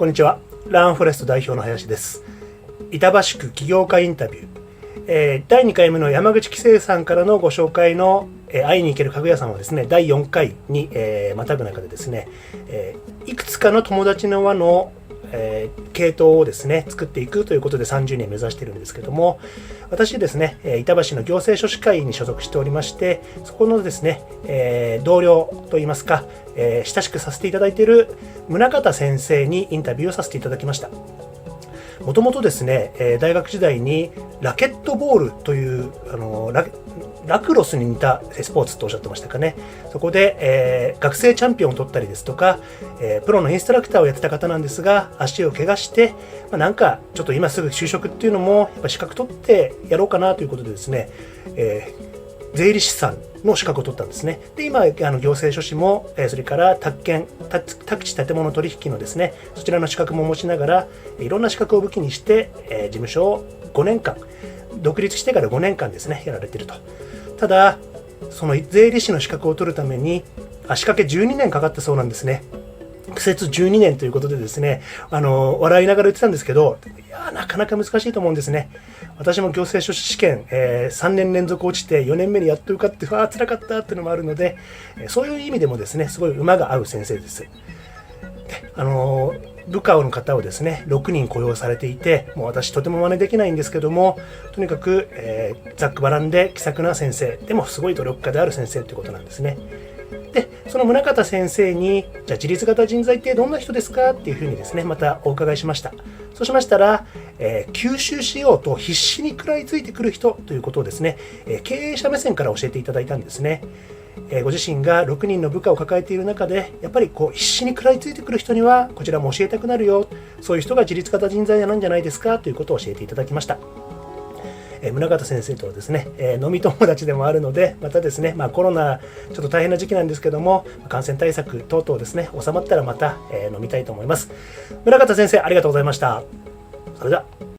こんにちは。ランフォレスト代表の林です。板橋区起業家インタビュー、第2回目の山口紀生さんからのご紹介の、会いに行ける家具屋さんはですね、第4回に、またぐ中でですね、いくつかの友達の輪の系統をですね作っていくということで30年目指しているんですけども、私ですね板橋の行政書士会に所属しておりまして、そこのですね、同僚といいますか、親しくさせていただいている宗像先生にインタビューをさせていただきました。もともとですね、大学時代にラケットボールというラクロスに似たスポーツとおっしゃってましたかね。そこで、学生チャンピオンを取ったりですとか、プロのインストラクターをやってた方なんですが、足を怪我して、なんかちょっと今すぐ就職っていうのもやっぱ資格取ってやろうかなということでですね、税理士さんの資格を取ったんですね。で、今行政書士も、それから宅地建物取引のですね、そちらの資格も持ちながら、いろんな資格を武器にして、事務所を5年間独立してから5年間ですねやられていると。ただその税理士の資格を取るために足掛け12年かかったそうなんですね。苦節12年ということでですね、笑いながら言ってたんですけど、いやなかなか難しいと思うんですね。私も行政書士試験、3年連続落ちて4年目にやっと受かって辛かったっていうのもあるので、そういう意味でもですねすごい馬が合う先生です。で部下の方をですね6人雇用されていて、もう私とても真似できないんですけども、とにかく、ざっくばらんで気さくな先生でもすごい努力家である先生ということなんですね。でその宗像先生に、じゃあ自立型人材ってどんな人ですかっていうふうにですねまたお伺いしました。そうしましたら、吸収しようと必死に食らいついてくる人ということをですね、経営者目線から教えていただいたんですね。ご自身が6人の部下を抱えている中で、やっぱり必死に食らいついてくる人にはこちらも教えたくなるよ、そういう人が自立型人材なんじゃないですかということを教えていただきました。宗像先生とはですね、飲み友達でもあるので、またですね、コロナちょっと大変な時期なんですけども、感染対策等々ですね収まったらまた、飲みたいと思います。宗像先生、ありがとうございました。それでは。